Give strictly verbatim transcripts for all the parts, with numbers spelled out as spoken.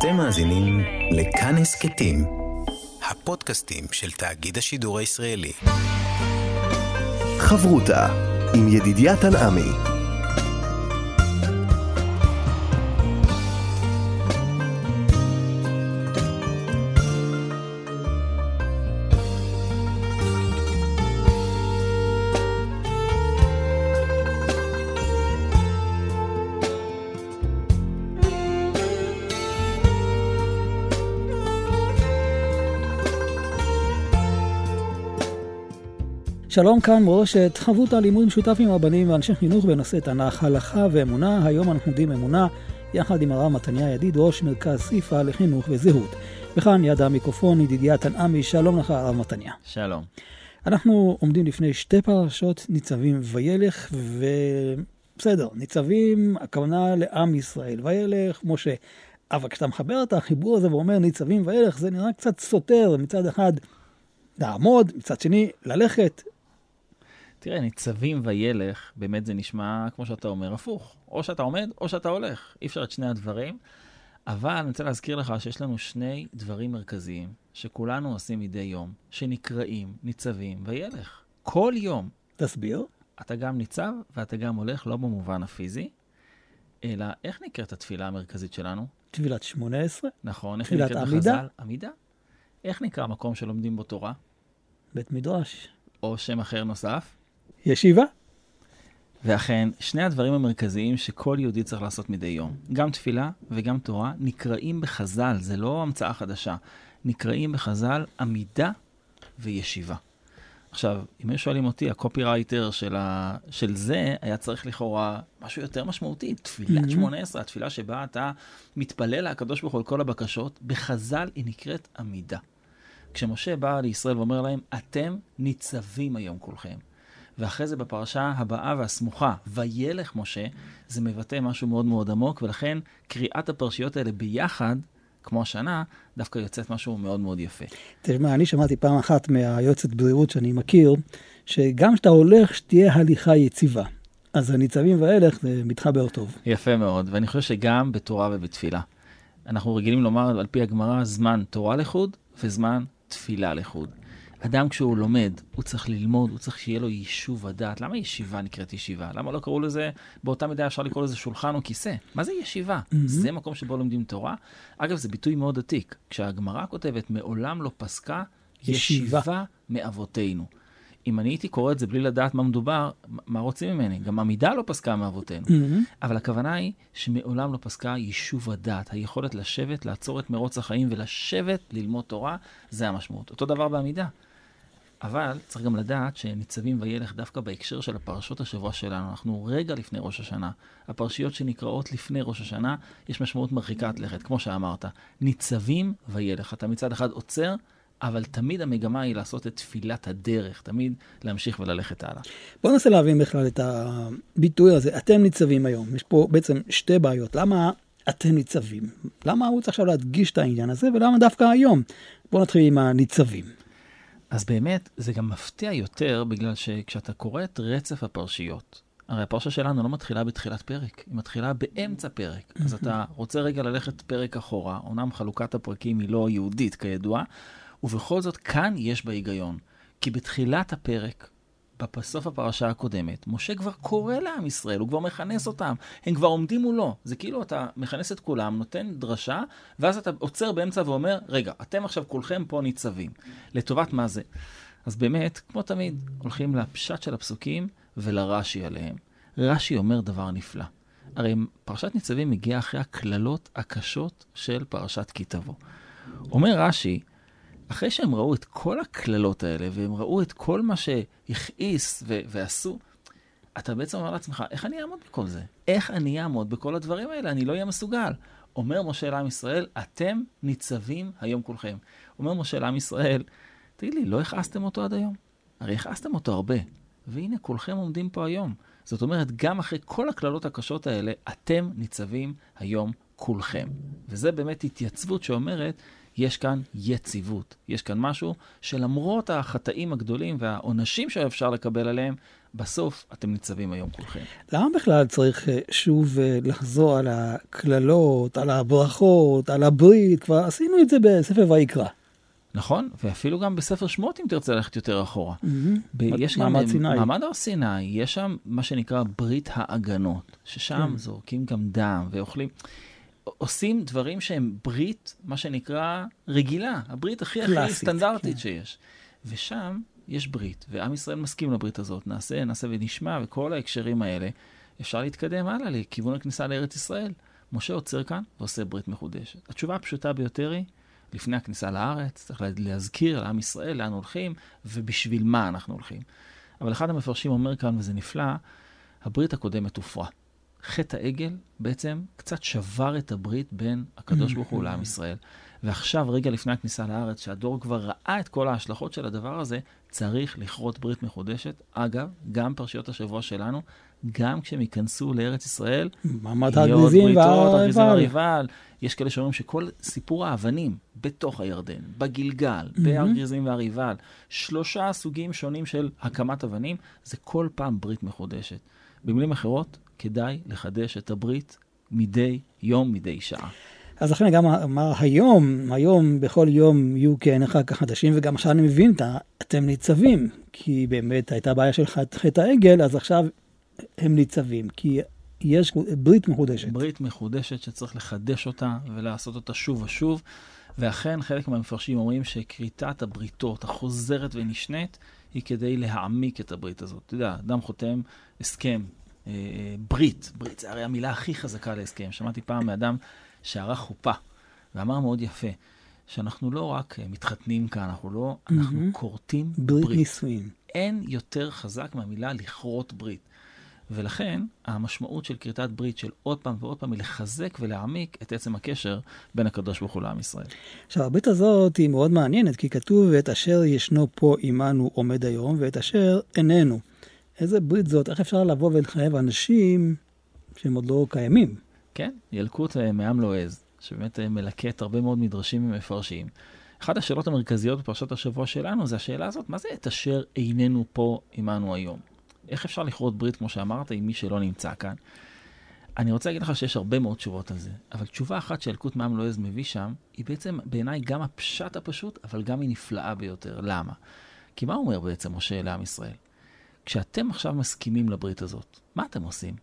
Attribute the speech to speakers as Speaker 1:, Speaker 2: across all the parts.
Speaker 1: אתם מאזינים לכאן הסכתים, הפודקאסטים של תאגיד השידור הישראלי.
Speaker 2: חברותה עם ידידיה תנעמי.
Speaker 3: שלום, כאן מורשת, חברותה לימוד משותף עם רבנים ואנשי חינוך בנושא תנ"ך, הלכה ואמונה. היום אנחנו לומדים אמונה יחד עם הרב מתניה ידיד, ראש מרכז סיפה לחינוך וזהות. וכאן יד המיקרופון ידידיה תנעמי. שלום לך הרב מתניה.
Speaker 4: שלום.
Speaker 3: אנחנו עומדים לפני שתי פרשות, ניצבים וילך, ובסדר, ניצבים הכוונה לעם ישראל, וילך משה. אבל כשאתה מחבר את החיבור הזה ואומר ניצבים וילך, זה נראה קצת סותר, מצד אחד לעמוד, מצד שני ללכת.
Speaker 4: תראה, ניצבים וילך, באמת זה נשמע, כמו שאתה אומר, הפוך. או שאתה עומד, או שאתה הולך. אי אפשר את שני הדברים. אבל אני רוצה להזכיר לך שיש לנו שני דברים מרכזיים, שכולנו עושים מדי יום, שנקראים ניצבים וילך. כל יום.
Speaker 3: תסביר.
Speaker 4: אתה גם ניצב, ואתה גם הולך, לא במובן הפיזי, אלא איך נקראת התפילה המרכזית שלנו?
Speaker 3: תפילת שמונה עשרה.
Speaker 4: נכון. איך
Speaker 3: תפילת
Speaker 4: נקראת
Speaker 3: עמידה.
Speaker 4: בחז"ל? עמידה. איך נקרא המקום שלומדים בו תורה?
Speaker 3: בית מדרש.
Speaker 4: או שם אחר נוסף?
Speaker 3: ישיבה.
Speaker 4: ואכן, שני הדברים המרכזיים שכל יהודי צריך לעשות מדי יום, גם תפילה וגם תורה, נקראים בחז"ל, זה לא המצאה חדשה, נקראים בחז"ל עמידה וישיבה. עכשיו, אם היו שואלים אותי, הקופירייטר של, ה... של זה היה צריך לכאורה משהו יותר משמעותי, תפילת שמונה עשרה, התפילה שבה אתה מתפלל לקדוש ברוך הוא על כל הבקשות, בחז"ל היא נקראת עמידה. כשמשה בא לישראל ואומר להם, אתם ניצבים היום כולכם. ואחרי זה בפרשה הבאה והסמוכה, וילך משה, זה מבטא משהו מאוד מאוד עמוק, ולכן קריאת הפרשיות האלה ביחד, כמו השנה, דווקא יוצאת משהו מאוד מאוד יפה.
Speaker 3: תשמע, אני שמעתי פעם אחת מהיועצת בריאות שאני מכיר, שגם שאתה הולך, שתהיה הליכה יציבה. אז הניצבים והילך זה מתחבר טוב.
Speaker 4: יפה מאוד, ואני חושב שגם בתורה ובתפילה. אנחנו רגילים לומר על פי הגמרא, זמן תורה לחוד וזמן תפילה לחוד. אדם כשהוא לומד, הוא צריך ללמוד, הוא צריך שיהיה לו יישוב הדעת. למה ישיבה נקראת ישיבה? למה לא קראו לזה, באותה מידה אפשר לקרוא לזה שולחן או כיסא? מה זה ישיבה? Mm-hmm. זה מקום שבו לומדים תורה. אגב, זה ביטוי מאוד עתיק. כשהגמרא כותבת, מעולם לא פסקה ישיבה, ישיבה מאבותינו. אם אני הייתי קורא את זה בלי לדעת מה מדובר, מה רוצים ממני? גם עמידה לא פסקה מאבותינו. Mm-hmm. אבל הכוונה היא שמעולם לא פסקה יישוב הדעת. היכולת לשבת, לעצור את מרוץ החיים ולשבת, ללמוד תורה, זה המשמעות. אותו דבר בעמידה. אבל צריך גם לדעת שניצבים וילך דווקא בהקשר של הפרשות השבוע שלנו. אנחנו רגע לפני ראש השנה. הפרשיות שנקראות לפני ראש השנה, יש משמעות מרחיקת לכת, כמו שאמרת. ניצבים וילך. אתה מצד אחד עוצר, אבל תמיד המגמה היא לעשות את תפילת הדרך, תמיד להמשיך וללכת הלאה.
Speaker 3: בוא ננסה להבין בכלל את הביטוי הזה. אתם ניצבים היום. יש פה בעצם שתי בעיות. למה אתם ניצבים? למה הוא צריך עכשיו להדגיש את העניין הזה, ולמה דווקא היום? בוא נתחיל עם הניצבים.
Speaker 4: אז באמת זה גם מפתיע יותר, בגלל שכשאתה קורא את רצף הפרשיות, הרי הפרשה שלנו לא מתחילה בתחילת פרק, היא מתחילה באמצע פרק. אז אתה רוצה רגע ללכת פרק אחורה, אומנם חלוקת הפרקים היא לא יהודית כידוע, ובכל זאת כאן יש בה היגיון. כי בתחילת הפרק, בסוף הפרשה הקודמת, משה כבר קורא לעם ישראל, הוא כבר מכנס אותם, הם כבר עומדים מולו. זה כאילו אתה מכנס את כולם, נותן דרשה, ואז אתה עוצר באמצע ואומר, רגע, אתם עכשיו כולכם פה ניצבים. לטובת מה זה? אז באמת, כמו תמיד, הולכים לפשט של הפסוקים ולרש"י עליהם. רש"י אומר דבר נפלא. הרי פרשת ניצבים מגיעה אחרי הכללות הקשות של פרשת כי תבוא. אומר רש"י, אחרי שהם ראו את כל הכללות האלה, והם ראו את כל מה שהכעיס ו- ועשו, אתה בעצם אומר לעצמך, איך אני אעמוד בכל זה? איך אני אעמוד בכל הדברים האלה? אני לא אהיה מסוגל. אומר משה לעם ישראל, אתם ניצבים היום כולכם. אומר משה לעם ישראל, תגיד לי, לא הכעסתם אותו עד היום? הרי הכעסתם אותו הרבה. והנה, כולכם עומדים פה היום. זאת אומרת, גם אחרי כל הכללות הקשות האלה, אתם ניצבים היום כולכם. וזה באמת התייצבות שאומרת, יש כאן יציבות. יש כאן משהו שלמרות החטאים הגדולים והעונשים שאפשר לקבל עליהם, בסוף אתם ניצבים היום כולכם.
Speaker 3: למה בכלל צריך שוב לחזור על הכללות, על הברכות, על הברית? כבר עשינו את זה בספר ויקרא.
Speaker 4: נכון, ואפילו גם בספר שמות, אם תרצה ללכת יותר אחורה.
Speaker 3: Mm-hmm.
Speaker 4: יש
Speaker 3: מעמד
Speaker 4: גם
Speaker 3: סיני.
Speaker 4: מעמד הר סיני, יש שם מה שנקרא ברית ההגנות, ששם
Speaker 3: כן.
Speaker 4: זורקים גם דם ואוכלים. עושים דברים שהם ברית, מה שנקרא רגילה, הברית הכי הכי
Speaker 3: קלאסית,
Speaker 4: סטנדרטית
Speaker 3: כן.
Speaker 4: שיש. ושם יש ברית, ועם ישראל מסכים לברית הזאת, נעשה, נעשה ונשמע, וכל ההקשרים האלה, אפשר להתקדם הלאה לכיוון הכניסה לארץ ישראל. משה עוצר כאן ועושה ברית מחודשת. התשובה הפשוטה ביותר היא, לפני הכניסה לארץ, צריך להזכיר לעם ישראל לאן הולכים, ובשביל מה אנחנו הולכים. אבל אחד המפרשים אומר כאן, וזה נפלא, הברית הקודמת הופרה. חטא העגל בעצם קצת שבר את הברית בין הקדוש ברוך הוא לעם ישראל. ועכשיו, רגע לפני הכניסה לארץ, שהדור כבר ראה את כל ההשלכות של הדבר הזה, צריך לכרות ברית מחודשת. אגב, גם פרשיות השבוע שלנו, גם כשהם ייכנסו לארץ ישראל,
Speaker 3: מעמד הגריזים
Speaker 4: והריבל. יש כאלה שאומרים שכל סיפור האבנים בתוך הירדן, בגילגל, בהר גריזים והריבל, שלושה סוגים שונים של הקמת אבנים, זה כל פעם ברית מחודשת. במילים אחרות, כדאי לחדש את הברית מדי יום, מדי שעה.
Speaker 3: אז לכן גם אמר היום, היום בכל יום יהיו כעיניך כחדשים, וגם עכשיו אני מבין, אתם ניצבים, כי באמת הייתה בעיה של חטא העגל, אז עכשיו הם ניצבים, כי יש ברית מחודשת.
Speaker 4: ברית מחודשת שצריך לחדש אותה ולעשות אותה שוב ושוב, ואכן חלק מהמפרשים אומרים שכריתת הבריתות החוזרת ונשנית היא כדי להעמיק את הברית הזאת. אתה יודע, אדם חותם הסכם, אה, ברית, ברית זה הרי המילה הכי חזקה להסכם. שמעתי פעם מאדם שערך חופה, ואמר מאוד יפה, שאנחנו לא רק מתחתנים כאן, אנחנו לא, אנחנו mm-hmm. קורטים ברית.
Speaker 3: ברית נישואין.
Speaker 4: אין יותר חזק מהמילה לכרות ברית. ולכן המשמעות של כריתת ברית של עוד פעם ועוד פעם היא לחזק ולהעמיק את עצם הקשר בין הקדוש ברוך הוא לעם ישראל.
Speaker 3: עכשיו, הברית הזאת היא מאוד מעניינת, כי כתוב, ואת אשר ישנו פה עמנו עומד היום, ואת אשר איננו. איזה ברית זאת? איך אפשר לבוא ולחייב אנשים שהם עוד לא קיימים?
Speaker 4: כן, ילקוט מעם לועז, שבאמת מלקט הרבה מאוד מדרשים ומפרשים. אחת השאלות המרכזיות בפרשת השבוע שלנו זה השאלה הזאת, מה זה את אשר איננו פה עמנו היום? איך אפשר לכרות ברית, כמו שאמרת, עם מי שלא נמצא כאן? אני רוצה להגיד לך שיש הרבה מאוד תשובות על זה, אבל תשובה אחת שילקוט מעם לועז מביא שם, היא בעצם בעיניי גם הפשט הפשוט, אבל גם היא נפלאה ביותר. למה? כי מה אומר בעצם משה לעם ישראל? כשאתם עכשיו מסכימים לברית הזאת, מה אתם עושים?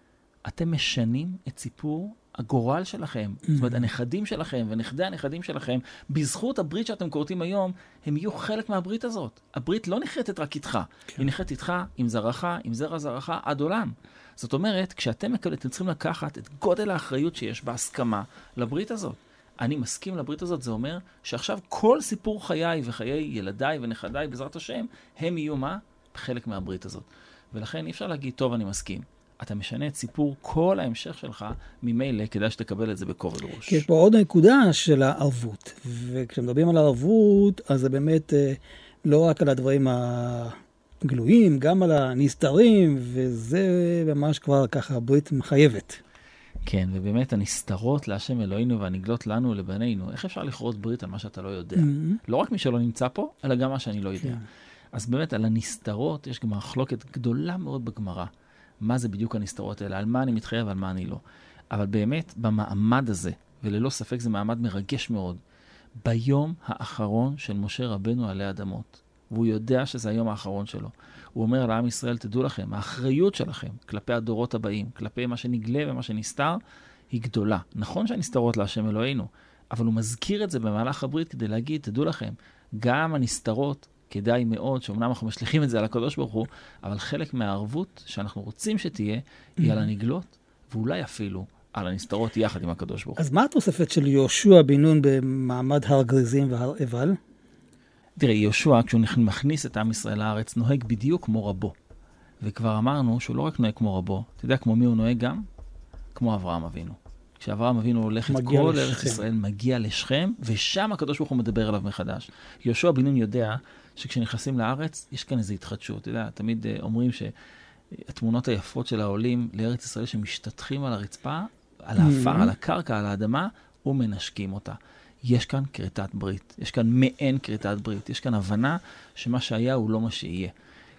Speaker 4: אתם משנים את סיפור הגורל שלכם. Mm-hmm. זאת אומרת, הנכדים שלכם ונכדי הנכדים שלכם, בזכות הברית שאתם קוראים היום, הם יהיו חלק מהברית הזאת. הברית לא נחרטת רק איתך. כן. היא נחרטת איתך, עם זרעך, עם זרע זרעך, עד עולם. זאת אומרת, כשאתם מקבלים, אתם צריכים לקחת את גודל האחריות שיש בהסכמה לברית הזאת. אני מסכים לברית הזאת, זה אומר שעכשיו כל סיפור חיי וחיי ילדיי ונכדיי, בעזרת השם, הם יהיו מה? חלק מהברית הזאת. ולכן אי אפשר להגיד, טוב, אני מסכים. אתה משנה את סיפור כל ההמשך שלך, ממילא כדאי שתקבל את זה בכובד ראש.
Speaker 3: יש פה עוד נקודה של הערבות, וכשמדברים על הערבות, אז זה באמת לא רק על הדברים הגלויים, גם על הנסתרים, וזה ממש כבר ככה ברית מחייבת.
Speaker 4: כן, ובאמת הנסתרות להשם אלוהינו והנגלות לנו ולבנינו, איך אפשר לכרות ברית על מה שאתה לא יודע? Mm-hmm. לא רק מי שלא נמצא פה, אלא גם מה שאני לא יודע. כן. אז באמת על הנסתרות יש גם מחלוקת גדולה מאוד בגמרא. מה זה בדיוק הנסתרות האלה? על מה אני מתחייב, על מה אני לא. אבל באמת, במעמד הזה, וללא ספק זה מעמד מרגש מאוד, ביום האחרון של משה רבנו עלי אדמות, והוא יודע שזה היום האחרון שלו, הוא אומר לעם ישראל, תדעו לכם, האחריות שלכם כלפי הדורות הבאים, כלפי מה שנגלה ומה שנסתר, היא גדולה. נכון שהנסתרות להשם אלוהינו, אבל הוא מזכיר את זה במהלך הברית כדי להגיד, תדעו לכם, גם הנסתרות, כדאי מאוד, שאומנם אנחנו משליחים את זה על הקדוש ברוך הוא, אבל חלק מהערבות שאנחנו רוצים שתהיה, היא על הנגלות, ואולי אפילו על הנסתרות יחד עם הקדוש ברוך הוא.
Speaker 3: אז מה התוספת של יהושע בן נון במעמד הר גריזים והר עיבל?
Speaker 4: תראה, יהושע, כשהוא מכניס את עם ישראל לארץ, נוהג בדיוק כמו רבו. וכבר אמרנו שהוא לא רק נוהג כמו רבו, אתה יודע כמו מי הוא נוהג גם? כמו אברהם אבינו. כשאברהם אבינו הולך את כל ארץ ישראל, מגיע לשכם, ושם הקדוש ברוך הוא מדבר עליו מחדש. יהושע בן נון יודע שכשנכנסים לארץ, יש כאן איזו התחדשות. אתה יודע, תמיד אומרים שהתמונות היפות של העולים לארץ ישראל שמשתתחים על הרצפה, על האפר, על הקרקע, על האדמה, ומנשקים אותה. יש כאן כריתת ברית. יש כאן מעין כריתת ברית. יש כאן הבנה שמה שהיה הוא לא מה שיהיה.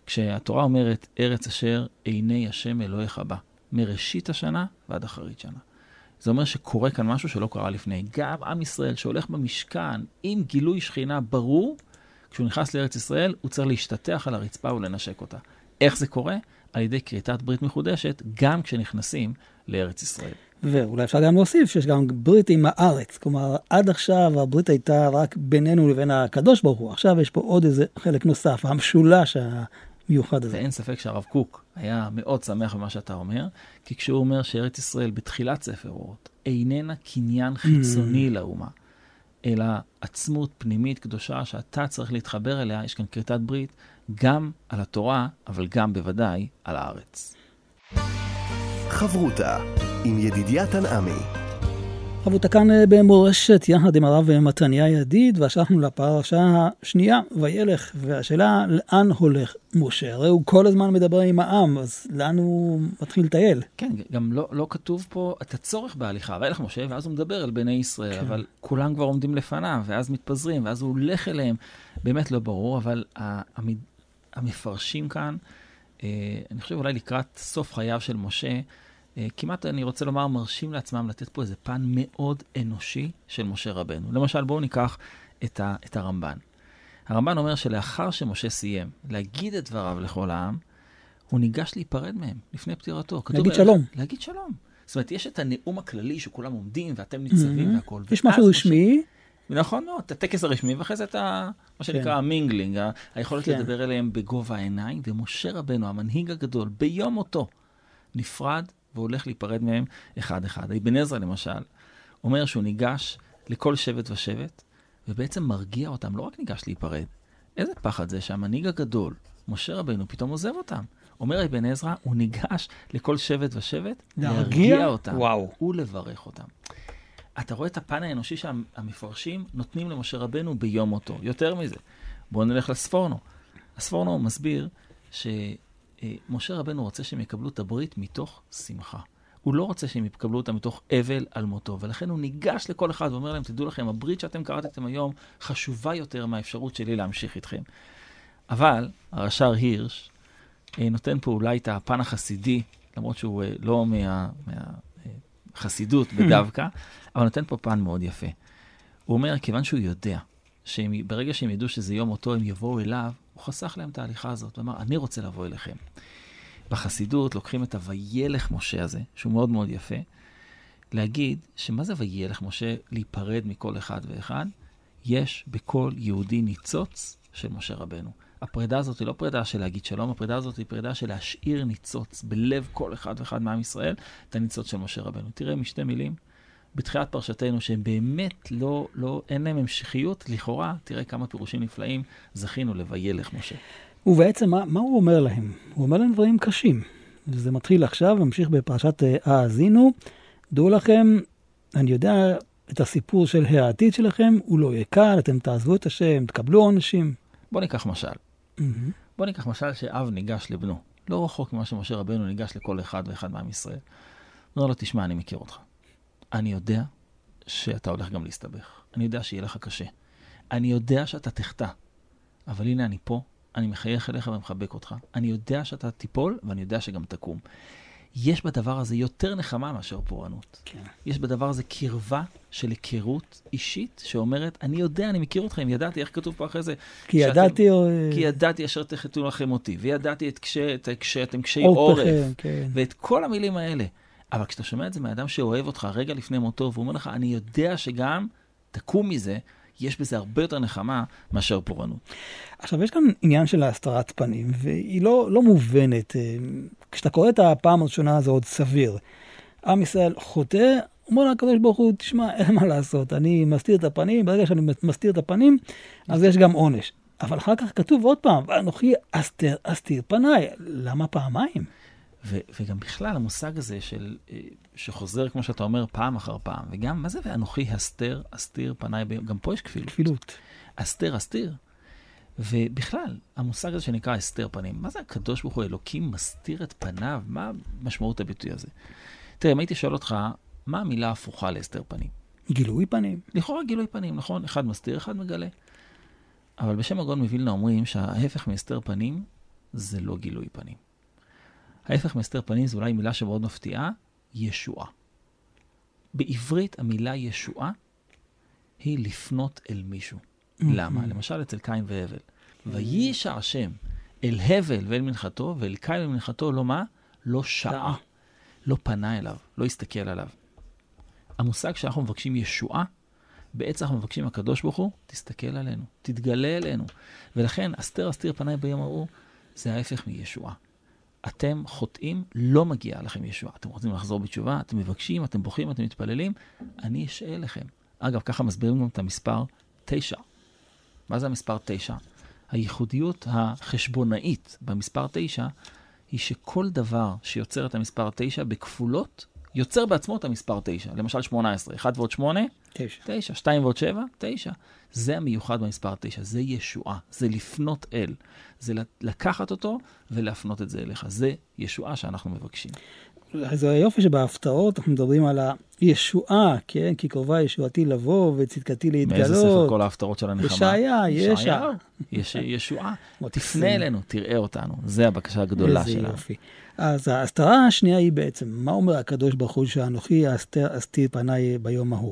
Speaker 4: כשהתורה אומרת, ארץ אשר עיני השם אלוהיך בה, מראשית השנה ועד אחרית שנה. זה אומר שקורה כאן משהו שלא קרה לפני. גם עם ישראל שהולך במשכן עם גילוי שכינה ברור, כשהוא נכנס לארץ ישראל, הוא צריך להשתטח על הרצפה ולנשק אותה. איך זה קורה? על ידי כריתת ברית מחודשת, גם כשנכנסים לארץ ישראל.
Speaker 3: ואולי אפשר גם להוסיף שיש גם ברית עם הארץ. כלומר, עד עכשיו הברית הייתה רק בינינו לבין הקדוש ברוך הוא. עכשיו יש פה עוד איזה חלק נוסף, המשולש המיוחד הזה.
Speaker 4: ואין ספק שהרב קוק היה מאוד שמח במה שאתה אומר, כי כשהוא אומר שארץ ישראל בתחילת ספר אורות, איננה קניין חיצוני לאומה, אלא עצמות פנימית קדושה שאתה צריך להתחבר אליה, יש כאן כריתת ברית, גם על התורה, אבל גם בוודאי על הארץ.
Speaker 2: חברותה עם ידידיה תנעמי.
Speaker 3: חברותה כאן במורשת יחד עם הרב מתניה ידיד, והשלחנו לפרשה השנייה, וילך, והשאלה לאן הולך משה? הרי הוא כל הזמן מדבר עם העם, אז לאן הוא מתחיל לטייל?
Speaker 4: כן, גם לא, לא כתוב פה את הצורך בהליכה, וילך משה, ואז הוא מדבר אל בני ישראל, כן. אבל כולם כבר עומדים לפניו, ואז מתפזרים, ואז הוא הולך אליהם, באמת לא ברור, אבל המד... המפרשים כאן, אני חושב אולי לקראת סוף חייו של משה, כמעט אני רוצה לומר, מרשים לעצמם לתת פה איזה פן מאוד אנושי של משה רבנו. למשל, בואו ניקח את, ה, את הרמב"ן. הרמב"ן אומר שלאחר שמשה סיים להגיד את דבריו לכל העם, הוא ניגש להיפרד מהם לפני פטירתו.
Speaker 3: להגיד שלום.
Speaker 4: להגיד שלום. זאת אומרת, יש את הנאום הכללי שכולם עומדים ואתם ניצבים mm-hmm. והכל.
Speaker 3: יש משהו רשמי.
Speaker 4: משה... נכון מאוד, את הטקס הרשמי, ואחרי זה את ה... מה שנקרא המינגלינג, ה... היכולת כן. לדבר אליהם בגובה העיניים, ומשה רבנו, המנהיג הגדול, ביום מותו, נפרד והולך להיפרד מהם אחד אחד. אבן עזרא למשל, אומר שהוא ניגש לכל שבט ושבט, ובעצם מרגיע אותם, לא רק ניגש להיפרד. איזה פחד זה שהמנהיג הגדול, משה רבנו, פתאום עוזב אותם. אומר אבן עזרא, הוא ניגש לכל שבט ושבט, להרגיע אותם,
Speaker 3: וואו.
Speaker 4: ולברך אותם. אתה רואה את הפן האנושי שהמפרשים נותנים למשה רבנו ביום מותו. יותר מזה, בואו נלך לספורנו. הספורנו מסביר ש... משה רבנו רוצה שהם יקבלו את הברית מתוך שמחה. הוא לא רוצה שהם יקבלו אותה מתוך אבל על מותו, ולכן הוא ניגש לכל אחד ואומר להם, תדעו לכם, הברית שאתם קראתם היום חשובה יותר מהאפשרות שלי להמשיך איתכם. אבל הרש"ר הירש נותן פה אולי את הפן החסידי, למרות שהוא לא מה, מהחסידות בדווקא, אבל נותן פה פן מאוד יפה. הוא אומר, כיוון שהוא יודע, שברגע שהם ידעו שזה יום מותו, הם יבואו אליו, הוא חסך להם את ההליכה הזאת, ואמר, אני רוצה לבוא אליכם. בחסידות לוקחים את הוילך משה הזה, שהוא מאוד מאוד יפה, להגיד שמה זה וילך משה להיפרד מכל אחד ואחד? יש בכל יהודי ניצוץ של משה רבנו. הפרידה הזאת היא לא פרידה של להגיד שלום, הפרידה הזאת היא פרידה של להשאיר ניצוץ בלב כל אחד ואחד מעם ישראל, את הניצוץ של משה רבנו. תראה משתי מילים, בתחילת פרשתנו, שהם באמת לא, לא, אין להם המשכיות, לכאורה, תראה כמה פירושים נפלאים, זכינו לוילך משה.
Speaker 3: ובעצם, מה, מה הוא אומר להם? הוא אומר להם דברים קשים. וזה מתחיל עכשיו, ממשיך בפרשת האזינו. דעו לכם, אני יודע את הסיפור של העתיד שלכם, הוא לא יהיה קל, אתם תעזבו את השם, תקבלו עונשים.
Speaker 4: בוא ניקח משל.
Speaker 3: Mm-hmm.
Speaker 4: בוא ניקח משל שאב ניגש לבנו. לא רחוק ממה שמשה רבנו ניגש לכל אחד ואחד מעם ישראל. אומר לו, תשמע, אני מכיר אותך. אני יודע שאתה הולך גם להסתבך. אני יודע שיהיה לך קשה. אני יודע שאתה תחטא. אבל הנה אני פה, אני מחייך אליך ומחבק אותך. אני יודע שאתה תיפול, ואני יודע שגם תקום. יש בדבר הזה יותר נחמה מאשר פורענות. כן. יש בדבר הזה קרבה של היכרות אישית, שאומרת, אני יודע, אני מכיר אותך, אם ידעתי, איך כתוב פה אחרי זה?
Speaker 3: כי שאתם, ידעתי... או...
Speaker 4: כי ידעתי אשר תחתו לכם אותי, וידעתי את קשה, את הקשה, אתם קשי עורף, בכם, כן. ואת כל המילים האלה. אבל כשאתה שומע את זה מאדם שאוהב אותך רגע לפני מותו, והוא אומר לך, אני יודע שגם תקום מזה, יש בזה הרבה יותר נחמה מאשר פורענות.
Speaker 3: עכשיו, יש כאן עניין של הסתרת פנים, והיא לא, לא מובנת. כשאתה קורא את הפעם הראשונה, זה עוד סביר. עם ישראל חוטא, אומר לה הקדוש ברוך הוא, תשמע, אין מה לעשות, אני מסתיר את הפנים, ברגע שאני מסתיר את הפנים, אז יש גם עונש. אבל אחר כך כתוב עוד פעם, ואנוכי אסתר, אסתיר פניי. למה פעמיים?
Speaker 4: ו- וגם בכלל המושג הזה של, שחוזר, כמו שאתה אומר, פעם אחר פעם, וגם, מה זה ואנוכי הסתר, אסתיר פניי, גם פה יש כפילות.
Speaker 3: כפילות.
Speaker 4: אסתר, אסתיר. ובכלל, המושג הזה שנקרא אסתר פנים, מה זה הקדוש ברוך הוא אלוקים מסתיר את פניו? מה משמעות הביטוי הזה? תראה, אם הייתי שואל אותך, מה המילה הפוכה לאסתר פנים?
Speaker 3: גילוי פנים.
Speaker 4: לכאורה גילוי פנים, נכון? אחד מסתיר, אחד מגלה. אבל בשם הגאון מווילנה אומרים שההפך מאסתר פנים זה לא גילוי פנים. ההפך מהסתר פנים זו אולי מילה שמאוד מפתיעה, ישועה. בעברית המילה ישועה היא לפנות אל מישהו. למה? למשל אצל קין והבל. וישע השם אל הבל ואל מנחתו, ואל קין ואל מנחתו לא מה? לא שעה. לא פנה אליו, לא הסתכל עליו. המושג שאנחנו מבקשים ישועה, בעצם אנחנו מבקשים הקדוש ברוך הוא, תסתכל עלינו, תתגלה אלינו. ולכן, אסתר אסתיר פניי ביום ההוא, זה ההפך מישועה. אתם חוטאים, לא מגיע לכם ישועה. אתם רוצים לחזור בתשובה, אתם מבקשים, אתם בוכים, אתם מתפללים, אני אשאל לכם. אגב, ככה מסבירים גם את המספר תשע. מה זה המספר תשע? הייחודיות החשבונאית במספר תשע, היא שכל דבר שיוצר את המספר תשע בכפולות, יוצר בעצמו את המספר תשע. למשל שמונה עשרה, אחד ועוד שמונה,
Speaker 3: תשע.
Speaker 4: תשע, שתיים ועוד שבע, תשע. זה המיוחד במספר תשע, זה ישועה, זה לפנות אל. זה לקחת אותו ולהפנות את זה אליך. זה ישועה שאנחנו מבקשים.
Speaker 3: זה היופי שבהפתעות אנחנו מדברים על הישועה, כן? כי קרובה ישועתי לבוא וצדקתי להתגלות.
Speaker 4: מאיזה ספר כל ההפתרות של הנחמה?
Speaker 3: ישעיה, ישע.
Speaker 4: יש ישועה. תפנה אלינו, תראה אותנו. זה הבקשה הגדולה שלנו.
Speaker 3: איזה יופי. אז ההסתרה השנייה היא בעצם, מה אומר הקדוש ברוך הוא שאנוכי אסתיר פניי ביום ההוא?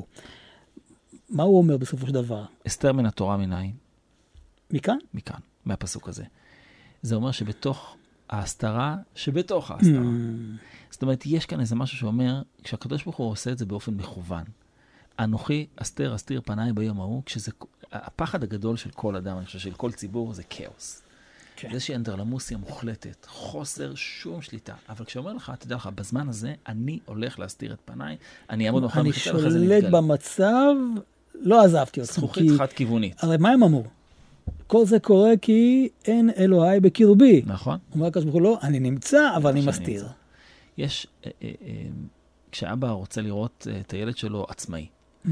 Speaker 3: מה הוא אומר בסופו של דבר?
Speaker 4: אסתר מן התורה מנין?
Speaker 3: מכאן? מכאן,
Speaker 4: מהפסוק הזה. זה אומר שבתוך ההסתרה, שבתוך ההסתרה. זאת אומרת, יש כאן איזה משהו שאומר, כשהקדוש ברוך הוא עושה את זה באופן מכוון, אנוכי אסתר אסתיר פניי ביום ההוא, כשזה, הפחד הגדול של כל אדם, אני חושב של כל ציבור, זה כאוס. כן. זה שהיא אנדרלמוסיה מוחלטת, חוסר שום שליטה. אבל כשאומר לך, תדע לך, בזמן הזה, אני הולך להסתיר את פניי, אני אעמוד מחר מחיתה,
Speaker 3: אני שולט במצב, לא עזבתי אותך.
Speaker 4: זכוכית חד כיוונית.
Speaker 3: הרי מה הם אמרו? כל זה קורה כי אין אלוהי בקרבי.
Speaker 4: נכון.
Speaker 3: אומר הקדוש ברוך הוא, לא, אני נמצא, אבל אני מסתיר.
Speaker 4: יש, אה, אה, אה, כשאבא רוצה לראות אה, את הילד שלו עצמאי,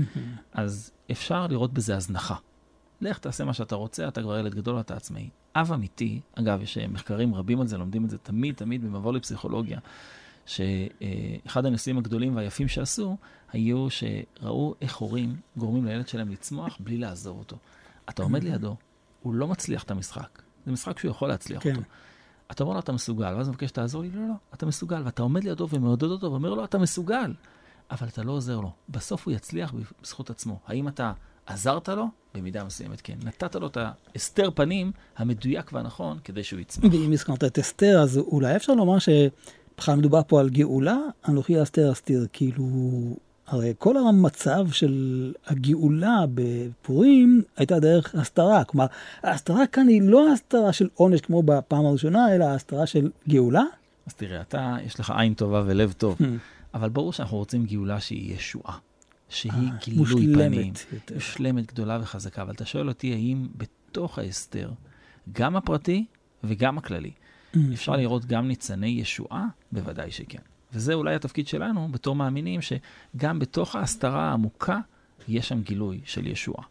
Speaker 4: אז אפשר לראות בזה הזנחה. לך תעשה מה שאתה רוצה, אתה כבר ילד גדול, אתה עצמאי. אב אמיתי, אגב, יש מחקרים רבים על זה, לומדים את זה תמיד, תמיד במבוא לפסיכולוגיה, שאחד הניסויים הגדולים והיפים שעשו, היו שראו איך הורים גורמים לילד שלהם לצמוח בלי לעזור אותו. אתה עומד לידו, הוא לא מצליח את המשחק. זה משחק שהוא יכול להצליח אותו. אתה אומר לו, אתה מסוגל, ואז מבקש, תעזור לי, לא, לא, אתה מסוגל, ואתה עומד לידו ומעודד אותו, ואומר לו, אתה מסוגל, אבל אתה לא עוזר לו. בסוף הוא יצליח בזכות עצמו. האם אתה עזרת לו? במידה מסוימת, כן. נתת לו את האסתר פנים המדויק והנכון, כדי שהוא יצמח.
Speaker 3: ואם הזכרת את אסתר, אז אולי אפשר לומר שבכלל מדובר פה על גאולה, אנוכי אסתר אסתיר, כאילו, הרי כל המצב של הגאולה בפורים הייתה דרך הסתרה. כלומר, ההסתרה כאן היא לא ההסתרה של עונש כמו בפעם הראשונה, אלא ההסתרה של גאולה.
Speaker 4: אז תראה, אתה, יש לך עין טובה ולב טוב, אבל ברור שאנחנו רוצים גאולה שהיא ישועה, שהיא גילוי פנים, מושלמת, גדולה וחזקה. אבל אתה שואל אותי, האם בתוך ההסתר, גם הפרטי וגם הכללי, אפשר לראות גם ניצני ישועה? בוודאי שכן. וזה אולי התפקיד שלנו, בתור מאמינים, שגם בתוך ההסתרה העמוקה, יש שם גילוי של ישועה.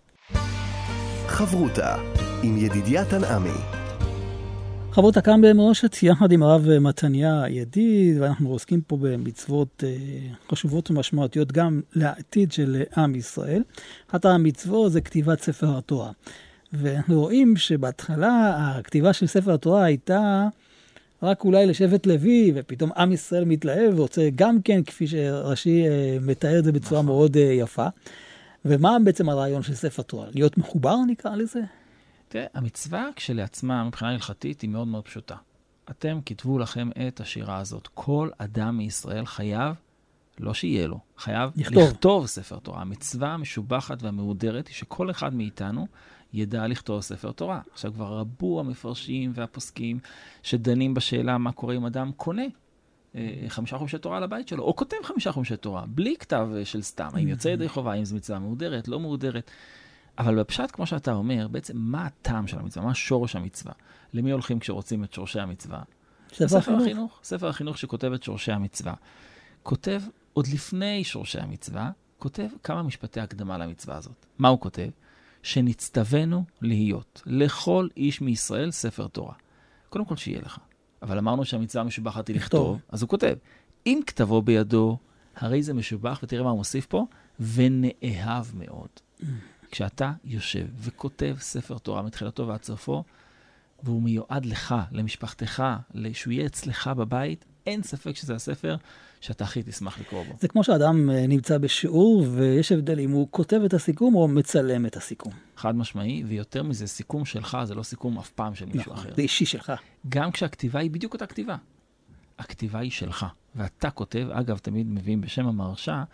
Speaker 2: חברותה עם ידידיה תנעמי.
Speaker 3: חברותה כאן במורשת, יחד עם הרב מתניה ידיד, ואנחנו עוסקים פה במצוות חשובות ומשמעותיות גם לעתיד של עם ישראל. אחת המצוות זה כתיבת ספר התורה. ואנחנו רואים שבהתחלה הכתיבה של ספר התורה הייתה רק אולי לשבט לוי, ופתאום עם ישראל מתלהב ורוצה גם כן, כפי שרש"י מתאר את זה בצורה מאוד יפה. ומה בעצם הרעיון של ספר תורה? להיות מחובר נקרא לזה?
Speaker 4: תראה, המצווה כשלעצמה מבחינה הלכתית היא מאוד מאוד פשוטה. אתם כתבו לכם את השירה הזאת. כל אדם מישראל חייב, לא שיהיה לו, חייב לכתוב, לכתוב ספר תורה. המצווה המשובחת והמהודרת היא שכל אחד מאיתנו ידע לכתוב ספר תורה. עכשיו כבר רבו המפרשים והפוסקים שדנים בשאלה מה קורה אם אדם קונה חמישה חומשי תורה לבית שלו, או כותב חמישה חומשי תורה, בלי כתב של סתם. האם יוצא ידי חובה, האם זו מצווה מהודרת, לא מהודרת. אבל בפשט, כמו שאתה אומר, בעצם מה הטעם של המצווה? מה שורש המצווה? למי הולכים כשרוצים את שורשי המצווה?
Speaker 3: ספר החינוך. החינוך.
Speaker 4: ספר החינוך שכותב את שורשי המצווה. כותב, עוד לפני שורשי המצווה, כותב כמה משפטי הקדמה למצווה הזאת. מה הוא כותב? שנצטווינו להיות לכל איש מישראל ספר תורה. קודם כל שיהיה לך. אבל אמרנו שהמצווה משובחת היא לכתוב, אז הוא כותב, אם כתבו בידו, הרי זה משובח, ותראה מה הוא מוסיף פה, ונאהב מאוד. כשאתה יושב וכותב ספר תורה מתחילתו ועד סופו, והוא מיועד לך, למשפחתך, שהוא יהיה אצלך בבית, אין ספק שזה הספר שאתה הכי תשמח לקרוא בו.
Speaker 3: זה כמו שאדם נמצא בשיעור, ויש הבדל אם הוא כותב את הסיכום או מצלם את הסיכום.
Speaker 4: חד משמעי, ויותר מזה, סיכום שלך, זה לא סיכום אף פעם של מישהו
Speaker 3: נכון,
Speaker 4: אחר.
Speaker 3: זה אישי שלך.
Speaker 4: גם כשהכתיבה היא בדיוק אותה כתיבה. הכתיבה היא שלך, ואתה כותב, אגב, תמיד מביאים בשם המרשה,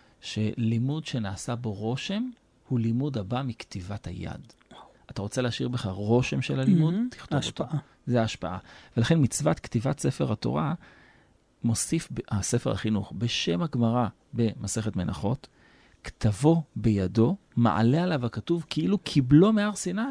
Speaker 4: שלימוד שנעשה בו רושם, הוא לימוד הבא מכתיבת היד. אתה רוצה להשאיר בך רושם של הלימוד?
Speaker 3: Mm-hmm.
Speaker 4: תכתוב
Speaker 3: ההשפעה.
Speaker 4: אותו. זה ההשפעה. ולכן מצוות כתיבת ספר התורה, מוסיף הספר החינוך בשם הגמרא במסכת מנחות, כתבו בידו, מעלה עליו הכתוב כאילו קיבלו מהר סיני.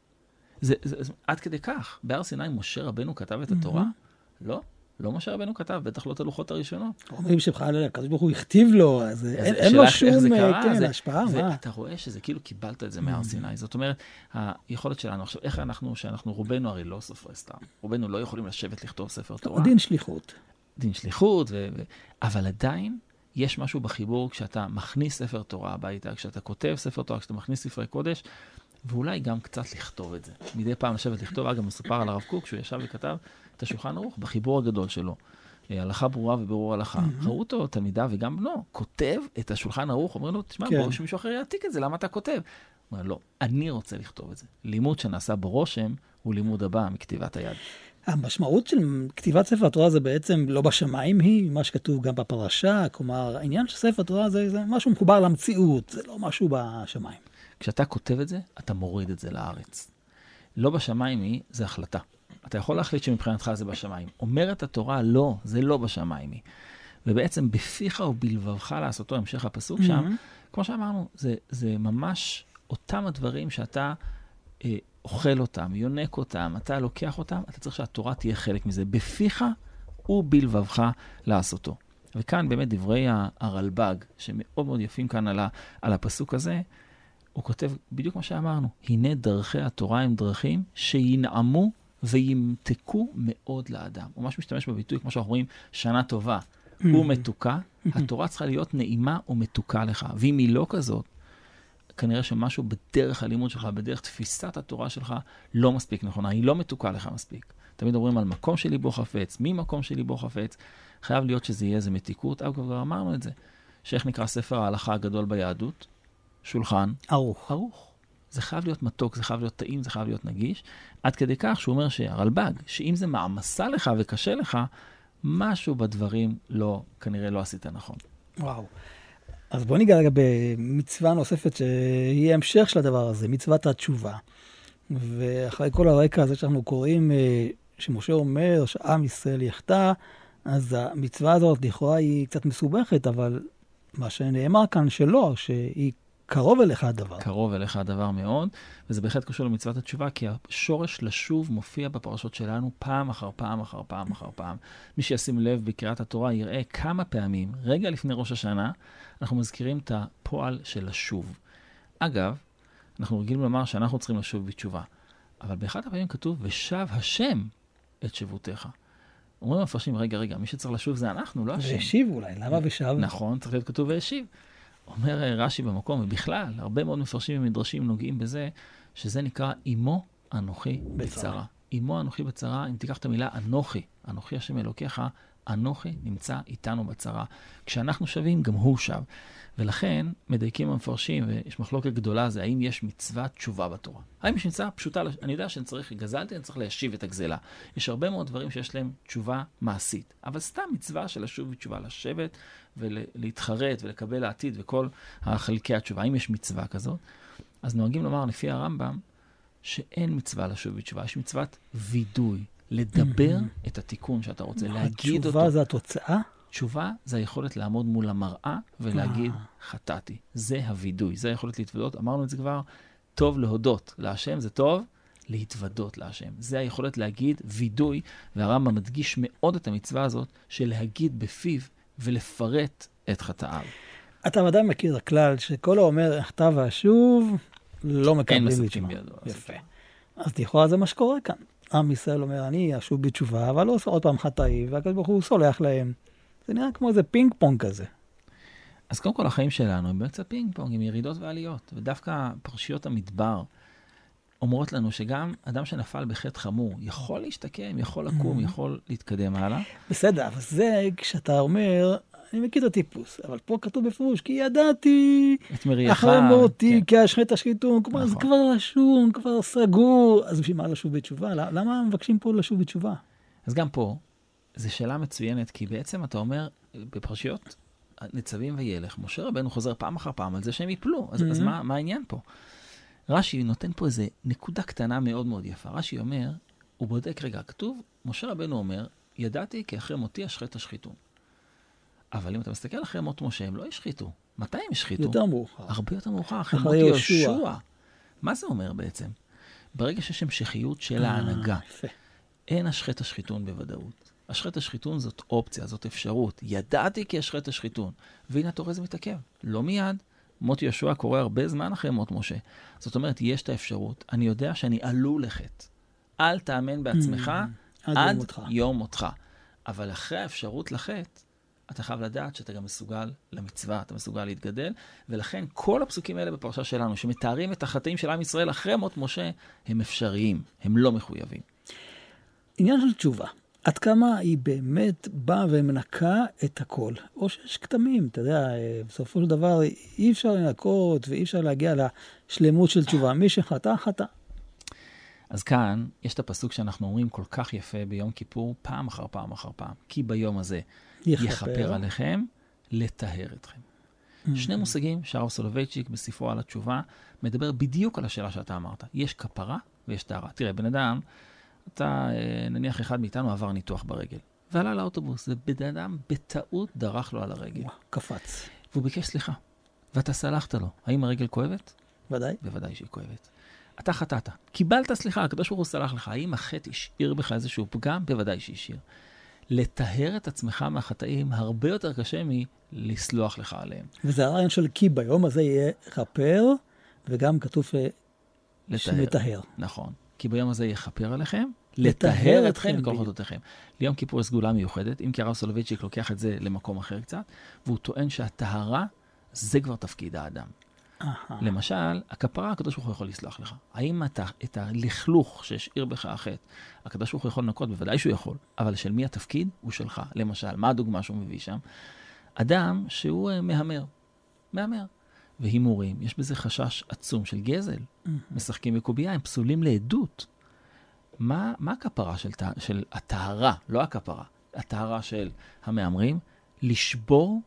Speaker 4: זה, זה, זה עד כדי כך. בהר סיני משה רבנו כתב את התורה? Mm-hmm. לא. לא משה רבנו כתב, בטח לא את הלוחות הראשונות.
Speaker 3: אומרים שבכלל, הקדוש ברוך הוא הכתיב לו, אז אין לו שום השפעה.
Speaker 4: ואתה רואה שזה כאילו קיבלת את זה מהר סיני. זאת אומרת, היכולת שלנו, עכשיו, איך אנחנו, שאנחנו רובנו הרי לא סופרי סתם. רובנו לא יכולים לשבת לכתוב ספר תורה.
Speaker 3: דין שליחות.
Speaker 4: דין שליחות, אבל עדיין יש משהו בחיבור כשאתה מכניס ספר תורה הביתה, כשאתה כותב ספר תורה, כשאתה מכניס ספרי קודש, ואולי גם קצת לכתוב את זה. מדי פעם לשבת לכתוב, אגב, מסופר על הרב קוק, שהוא ישב וכתב את השולחן ערוך בחיבור הגדול שלו. הלכה ברורה וברור הלכה. ראו אותו תלמידה וגם בנו, כותב את השולחן ערוך, אומר לו, תשמע, בוא שמישהו אחר יעתיק את זה, למה אתה כותב? הוא אומר, לא, אני רוצה לכתוב את זה. לימוד שנעשה ברושם, הוא לימוד הבא מכתיבת היד.
Speaker 3: המשמעות של כתיבת ספר התורה זה בעצם לא בשמיים היא, מה שכתוב גם בפרשה, כלומר, העניין של ספר התורה זה, זה משהו מחובר למציאות, זה לא משהו בשמיים.
Speaker 4: כשאתה כותב את זה, אתה מוריד את זה לארץ. לא בשמיים היא, זה החלטה. אתה יכול להחליט שמבחינתך זה בשמיים. אומרת התורה, לא, זה לא בשמיים היא. ובעצם בפיך ובלבבך לעשותו, המשך הפסוק שם, כמו שאמרנו, זה, זה ממש אותם הדברים שאתה אה, אוכל אותם, יונק אותם, אתה לוקח אותם, אתה צריך שהתורה תהיה חלק מזה. בפיך ובלבבך לעשותו. וכאן באמת דברי הרלב"ג, שמאוד מאוד יפים כאן על, ה, על הפסוק הזה, הוא כותב בדיוק מה שאמרנו, הנה דרכי התורה הם דרכים שינעמו וימתקו מאוד לאדם. הוא ממש משתמש בביטוי, כמו שאנחנו רואים, שנה טובה ומתוקה, התורה צריכה להיות נעימה ומתוקה לך. ואם היא לא כזאת, כנראה שמשהו בדרך הלימוד שלך, בדרך תפיסת התורה שלך, לא מספיק נכונה, היא לא מתוקה לך מספיק. תמיד אומרים על מקום שלי בו חפץ, ממקום שלי בו חפץ, חייב להיות שזה יהיה איזה מתיקות. אגב, כבר אמרנו את זה, שאיך נקרא ספר ההלכה הגדול ביהדות? שולחן
Speaker 3: ערוך.
Speaker 4: ערוך. זה חייב להיות מתוק, זה חייב להיות טעים, זה חייב להיות נגיש. עד כדי כך שהוא אומר שהרלב"ג, שאם זה מעמסה לך וקשה לך, משהו בדברים לא, כנראה לא עשית נכון.
Speaker 3: וואו. אז בוא ניגע רגע במצווה נוספת שהיא המשך של הדבר הזה, מצוות התשובה. ואחרי כל הרקע הזה שאנחנו קוראים, שמשה אומר שעם ישראל יחטא, אז המצווה הזאת לכאורה היא קצת מסובכת, אבל מה שנאמר כאן שלא, שהיא קרוב אליך הדבר.
Speaker 4: קרוב אליך הדבר מאוד, וזה בהחלט קשור למצוות התשובה, כי השורש לשוב מופיע בפרשות שלנו פעם אחר פעם אחר פעם אחר פעם. מי שישים לב בקריאת התורה יראה כמה פעמים, רגע לפני ראש השנה, אנחנו מזכירים את הפועל של לשוב. אגב, אנחנו רגילים לומר שאנחנו צריכים לשוב בתשובה, אבל באחד הפעמים כתוב, ושב השם את שבותיך. אומרים המפרשים, רגע, רגע, מי שצריך לשוב זה אנחנו, לא השם.
Speaker 3: והשיב אולי, למה ושב?
Speaker 4: נכון, צריך להיות כתוב והשיב. אומר רש"י במקום, ובכלל, הרבה מאוד מפרשים ומדרשים נוגעים בזה, שזה נקרא אימו אנוכי בצרה. אימו אנוכי בצרה, אם תיקח את המילה אנוכי, אנוכי השם אלוקיך, אנוכי נמצא איתנו בצרה. כשאנחנו שווים, גם הוא שב. ולכן, מדייקים המפרשים, ויש מחלוקת גדולה, זה האם יש מצוות תשובה בתורה. האם יש מצווה פשוטה, אני יודע שאני צריך, גזלתי, אני צריך להשיב את הגזלה. יש הרבה מאוד דברים שיש להם תשובה מעשית. אבל סתם מצווה של לשוב בתשובה, לשבת ולהתחרט ולקבל העתיד וכל החלקי התשובה. האם יש מצווה כזאת? אז נוהגים לומר לפי הרמב"ם, שאין מצווה לשוב בתשובה, יש מצוות וידוי, לדבר את התיקון שאתה רוצה, להגיד אותו.
Speaker 3: התשובה זה התוצאה?
Speaker 4: תשובה זה היכולת לעמוד מול המראה ולהגיד חטאתי. זה הוידוי, זה היכולת להתוודות. אמרנו את זה כבר, טוב להודות להשם, זה טוב להתוודות להשם. זה היכולת להגיד וידוי, והרמב"ם מדגיש מאוד את המצווה הזאת של להגיד בפיו ולפרט את חטאיו.
Speaker 3: אתה ודאי מכיר את הכלל שכל האומר חטא ואשוב לא מקבלים
Speaker 4: מספקים בידו.
Speaker 3: יפה. אז לכאורה זה מה שקורה כאן. עם ישראל אומר, אני אשוב בתשובה, אבל לא עושה עוד פעם חטאי, והקדוש ברוך הוא סולח להם. זה נראה כמו איזה פינג פונג כזה.
Speaker 4: אז קודם כל החיים שלנו הם באמצע פינג פונג, עם ירידות ועליות. ודווקא פרשיות המדבר, אומרות לנו שגם אדם שנפל בחטא חמור יכול להשתקם, יכול לקום, יכול להתקדם הלאה.
Speaker 3: בסדר, אבל זה כשאתה אומר, אני מכיר את הטיפוס, אבל פה כתוב בפירוש, כי ידעתי,
Speaker 4: את מריחה.
Speaker 3: אחרי מותי,
Speaker 4: כן.
Speaker 3: כי השחט השחיתון, כלומר, זה
Speaker 4: נכון.
Speaker 3: כבר רשום, כבר סגור, אז בשביל מה לשוב בתשובה? למה מבקשים פה לשוב בתשובה?
Speaker 4: אז גם פה, זו שאלה מצוינת, כי בעצם אתה אומר, בפרשיות ניצבים וילך, משה רבנו חוזר פעם אחר פעם על זה שהם יפלו, אז, אז מה, מה העניין פה? רש"י נותן פה איזה נקודה קטנה מאוד מאוד יפה. רש"י אומר, הוא בודק רגע, כתוב, משה רבנו אומר, ידעתי כי אחרי מותי אשחט השחיתון. אבל אם אתה מסתכל אחרי מות משה, הם לא השחיתו. מתי הם השחיתו?
Speaker 3: יותר מאוחר.
Speaker 4: הרבה יותר מאוחר, אחרי מות
Speaker 3: אחרי
Speaker 4: יהושע.
Speaker 3: יהושע.
Speaker 4: מה זה אומר בעצם? ברגע שיש המשכיות של ההנהגה,
Speaker 3: יפה.
Speaker 4: אין השחט השחיתון בוודאות. השחט השחיתון זאת אופציה, זאת אפשרות. ידעתי כי השחט השחיתון. והנה התורה זה מתעכב. לא מיד. מות יהושע קורה הרבה זמן אחרי מות משה. זאת אומרת, יש את האפשרות. אני יודע שאני עלול לחטא. אל תאמן בעצמך
Speaker 3: עד
Speaker 4: עד
Speaker 3: יום מותך.
Speaker 4: יום מותך. אבל אחרי האפשרות לחטא, אתה חייב לדעת שאתה גם מסוגל למצווה, אתה מסוגל להתגדל, ולכן כל הפסוקים האלה בפרשה שלנו, שמתארים את החטאים של עם ישראל אחרי מות משה, הם אפשריים, הם לא מחויבים.
Speaker 3: עניין של תשובה. עד כמה היא באמת באה ומנקה את הכל. או שיש כתמים, אתה יודע, בסופו של דבר אי אפשר לנקות ואי אפשר להגיע לשלמות של תשובה. מי שחטא, חטא.
Speaker 4: אז כאן יש את הפסוק שאנחנו אומרים כל כך יפה ביום כיפור, פעם אחר פעם אחר פעם. כי ביום הזה
Speaker 3: יכפר,
Speaker 4: יכפר עליכם, לטהר אתכם.
Speaker 3: Mm-hmm.
Speaker 4: שני מושגים שהרב סולובייצ'יק בספרו על התשובה, מדבר בדיוק על השאלה שאתה אמרת. יש כפרה ויש טהרה. תראה, בן אדם, אתה, נניח אחד מאיתנו עבר ניתוח ברגל, ועלה לאוטובוס, ובן אדם בטעות דרך לו על הרגל.
Speaker 3: קפץ.
Speaker 4: והוא ביקש סליחה, ואתה סלחת לו. האם הרגל כואבת?
Speaker 3: ודאי.
Speaker 4: בוודאי שהיא כואבת. אתה חטאת, קיבלת סליחה, הקדוש ברוך הוא סלח לך. האם החטא השאיר בך איזשהו פגם? בוודאי שהשאיר. לטהר את עצמך מהחטאים הרבה יותר קשה מלסלוח לך עליהם.
Speaker 3: וזה הרעיון של כי ביום הזה יהיה כפר, וגם כתוב שמטהר.
Speaker 4: נכון. כי ביום הזה יכפר עליכם,
Speaker 3: לטהר
Speaker 4: לטהר
Speaker 3: אתכם
Speaker 4: אתכם מכל
Speaker 3: בדיוק.
Speaker 4: חטאותיכם. ליום כיפור יש סגולה מיוחדת, אם כי הרב סולובייצ'יק לוקח את זה למקום אחר קצת, והוא טוען שהטהרה זה כבר תפקיד האדם.
Speaker 3: אהה.
Speaker 4: למשל, הכפרה הקדוש ברוך הוא יכול לסלוח לך. האם אתה, את הלכלוך שהשאיר בך החטא, הקדוש ברוך הוא יכול לנקות? בוודאי שהוא יכול. אבל של מי התפקיד? הוא שלך. למשל, מה הדוגמה שהוא מביא שם? אדם שהוא uh, מהמר. מהמר. והימורים, יש בזה חשש עצום של גזל. משחקים בקובייה, הם פסולים לעדות. מה, מה הכפרה של, של הטהרה? לא הכפרה. הטהרה של המאמרים, לשבור,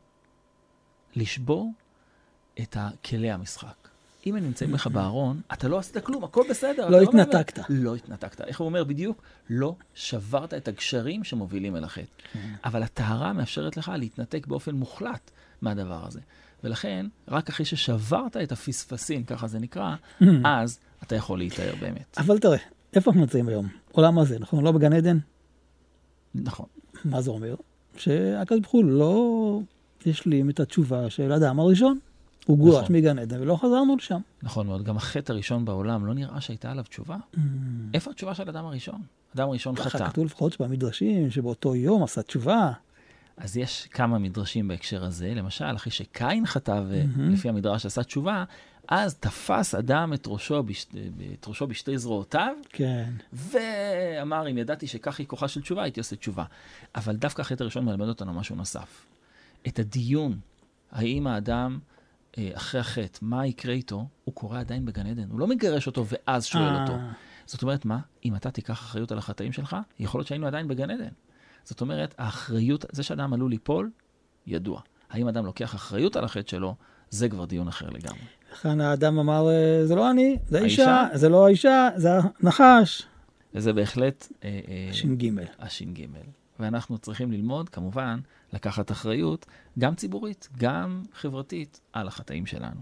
Speaker 4: לשבור את כלי המשחק. אם הם נמצאים לך בארון, אתה לא עשית כלום, הכל בסדר.
Speaker 3: לא התנתקת.
Speaker 4: לא התנתקת. איך הוא אומר בדיוק? לא שברת את הגשרים שמובילים אל החטא. אבל הטהרה מאפשרת לך להתנתק באופן מוחלט מהדבר הזה. ולכן, רק אחרי ששברת את הפספסים, ככה זה נקרא, אז אתה יכול להתאר באמת.
Speaker 3: אבל תראה, איפה אנחנו נמצאים היום? עולם הזה, נכון? לא בגן עדן?
Speaker 4: נכון.
Speaker 3: מה זה אומר? שהקדוש ברוך הוא לא השלים את התשובה של האדם הראשון. הוא גורש
Speaker 4: נכון.
Speaker 3: מגן עדן, ולא חזרנו לשם.
Speaker 4: נכון מאוד. גם החטא הראשון בעולם לא נראה שהייתה עליו תשובה. איפה התשובה של האדם הראשון? אדם הראשון
Speaker 3: ככה
Speaker 4: חטא.
Speaker 3: כתוב לפחות שבמדרשים, שבאותו יום עשה תשובה.
Speaker 4: אז יש כמה מדרשים בהקשר הזה. למשל, אחרי שקין חטא ולפי המדרש עשה תשובה, אז תפס אדם את ראשו, בשת... את ראשו בשתי זרועותיו,
Speaker 3: כן.
Speaker 4: ואמר, אם ידעתי שכך היא כוחה של תשובה, הייתי עושה תשובה. אבל דווקא החטא הראשון מלמד אותנו משהו נוסף. את הדיון, האם האדם אחרי החטא, מה יקרה איתו, הוא קורא עדיין בגן עדן. הוא לא מגרש אותו ואז שואל אותו. זאת אומרת, מה? אם אתה תיקח אחריות על החטאים שלך, יכול להיות שהיינו עדיין בגן עדן. זאת אומרת, האחריות, זה שאדם עלול ליפול, ידוע. האם אדם לוקח אחריות על החטא שלו, זה כבר דיון אחר לגמרי.
Speaker 3: לכן האדם אמר, זה לא אני, זה האישה, זה לא האישה, זה הנחש.
Speaker 4: וזה בהחלט
Speaker 3: הש"ג.
Speaker 4: הש"ג. ואנחנו צריכים ללמוד, כמובן, לקחת אחריות, גם ציבורית, גם חברתית, על החטאים שלנו.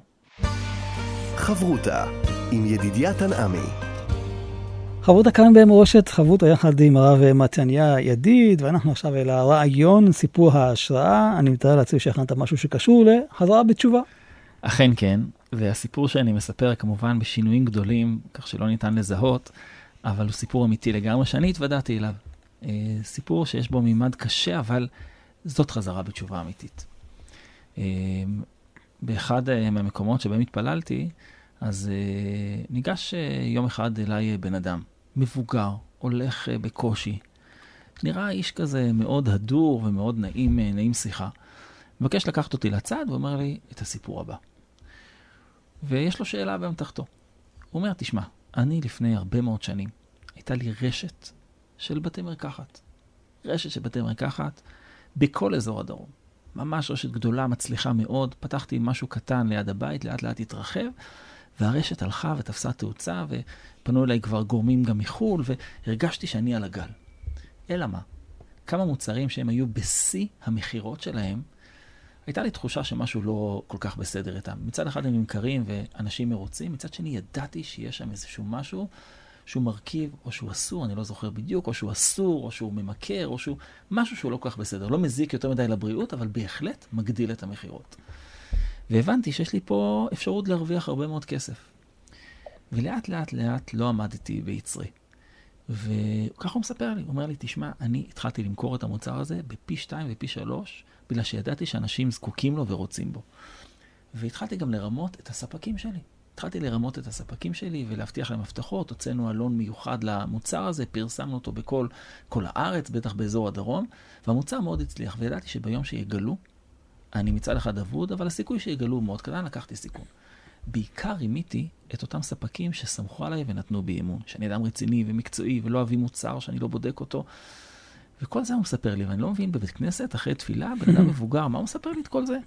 Speaker 2: חברותה עם ידידיה תנעמי.
Speaker 3: חברותה כאן במורשת, חברותה יחד עם הרב מתניה ידיד, ואנחנו עכשיו אל הרעיון, סיפור ההשראה. אני מתאר לעצמי שהכנת משהו שקשור לחזרה בתשובה.
Speaker 4: אכן כן, והסיפור שאני מספר כמובן בשינויים גדולים, כך שלא ניתן לזהות, אבל הוא סיפור אמיתי לגמרי שאני התוודעתי אליו. סיפור שיש בו מימד קשה, אבל זאת חזרה בתשובה אמיתית. באחד מהמקומות שבהם התפללתי, אז uh, ניגש uh, יום אחד אליי בן אדם, מבוגר, הולך uh, בקושי. נראה איש כזה מאוד הדור ומאוד נעים, uh, נעים שיחה. מבקש לקחת אותי לצד ואומר לי את הסיפור הבא. ויש לו שאלה באמתחתו. הוא אומר, תשמע, אני לפני הרבה מאוד שנים, הייתה לי רשת של בתי מרקחת. רשת של בתי מרקחת בכל אזור הדרום. ממש רשת גדולה, מצליחה מאוד. פתחתי משהו קטן ליד הבית, לאט לאט התרחב, והרשת הלכה ותפסה תאוצה, ופנו אליי כבר גורמים גם מחול, והרגשתי שאני על הגל. אלא מה? כמה מוצרים שהם היו בשיא המחירות שלהם, הייתה לי תחושה שמשהו לא כל כך בסדר איתם. מצד אחד הם נמכרים ואנשים מרוצים, מצד שני ידעתי שיש שם איזשהו משהו שהוא מרכיב, או שהוא אסור, אני לא זוכר בדיוק, או שהוא אסור, או שהוא ממכר, או שהוא משהו שהוא לא כל כך בסדר. לא מזיק יותר מדי לבריאות, אבל בהחלט מגדיל את המחירות. והבנתי שיש לי פה אפשרות להרוויח הרבה מאוד כסף. ולאט לאט לאט לא עמדתי ביצרי. וככה הוא מספר לי, הוא אומר לי, תשמע, אני התחלתי למכור את המוצר הזה בפי שתיים ופי שלוש, בגלל שידעתי שאנשים זקוקים לו ורוצים בו. והתחלתי גם לרמות את הספקים שלי. התחלתי לרמות את הספקים שלי ולהבטיח להם הבטחות, הוצאנו אלון מיוחד למוצר הזה, פרסמנו אותו בכל כל הארץ, בטח באזור הדרום, והמוצר מאוד הצליח, וידעתי שביום שיגלו, אני מצד אחד אבוד, אבל הסיכוי שיגלו מאוד קטן, לקחתי סיכון. בעיקר רימיתי את אותם ספקים שסמכו עליי ונתנו בי אמון, שאני אדם רציני ומקצועי ולא אביא מוצר שאני לא בודק אותו. וכל זה הוא מספר לי, ואני לא מבין בבית כנסת, אחרי תפילה, בן אדם מבוגר, מה הוא מספר לי את כל זה?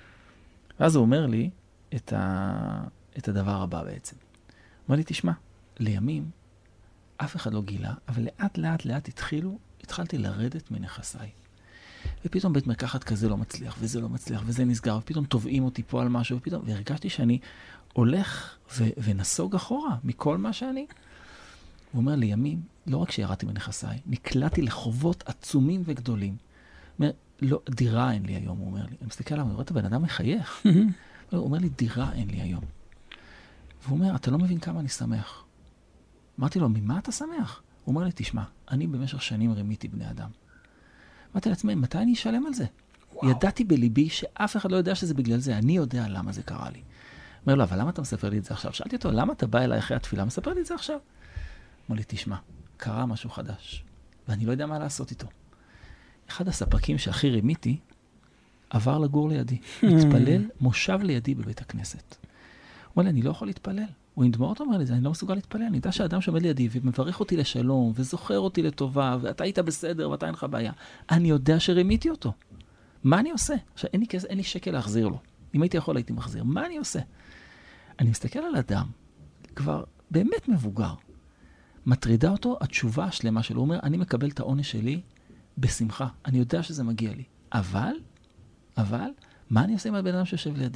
Speaker 4: ואז הוא אומר לי את, ה... את הדבר הבא בעצם. הוא אומר לי, תשמע, לימים אף אחד לא גילה, אבל לאט לאט לאט התחילו, התחלתי לרדת מנכסיי. ופתאום בית מרקחת כזה לא מצליח, וזה לא מצליח, וזה נסגר, ופתאום תובעים אותי פה על משהו, ופתאום, והרגשתי שאני הולך ו- ונסוג אחורה מכל מה שאני. הוא אומר לי, ימים, לא רק שירדתי מנכסיי, נקלעתי לחובות עצומים וגדולים. הוא אומר, לא, דירה אין לי היום, הוא אומר לי. אני מסתכל עליו, אני רואה את הבן אדם מחייך. הוא אומר לי, דירה אין לי היום. והוא אומר, אתה לא מבין כמה אני שמח. אמרתי לו, ממה אתה שמח? הוא אומר לי, תשמע, אני במשך שנים רימיתי בני אדם. אמרתי לעצמי, מתי אני אשלם על זה? וואו. ידעתי בליבי שאף אחד לא יודע שזה בגלל זה. אני יודע למה זה קרה לי. אומר לו, אבל למה אתה מספר לי את זה עכשיו? שאלתי אותו, למה אתה בא אליי אחרי התפילה? מספר לי את זה עכשיו? אמר לי, תשמע, קרה משהו חדש, ואני לא יודע מה לעשות איתו. אחד הספקים שהכי רימיתי, עבר לגור לידי. התפלל מושב לידי בבית הכנסת. הוא אומר לי, אני לא יכול להתפלל. הוא עם דמעות אומר לי, אני לא מסוגל להתפלל. אני יודע שהאדם שעומד לידי ומברך אותי לשלום, וזוכר אותי לטובה, ואתה היית בסדר, ואתה אין לך בעיה. אני יודע שרימיתי אותו. מה אני עושה? עכשיו, אין לי, אין לי שקל להחזיר לו. אם הייתי יכול, הייתי מחזיר. מה אני עושה? אני מסתכל על אדם, כבר באמת מבוגר. מטרידה אותו התשובה השלמה שלו. הוא אומר, אני מקבל את העונש שלי בשמחה. אני יודע שזה מגיע לי. אבל, אבל, מה אני עושה עם הבן אדם שיושב לידי?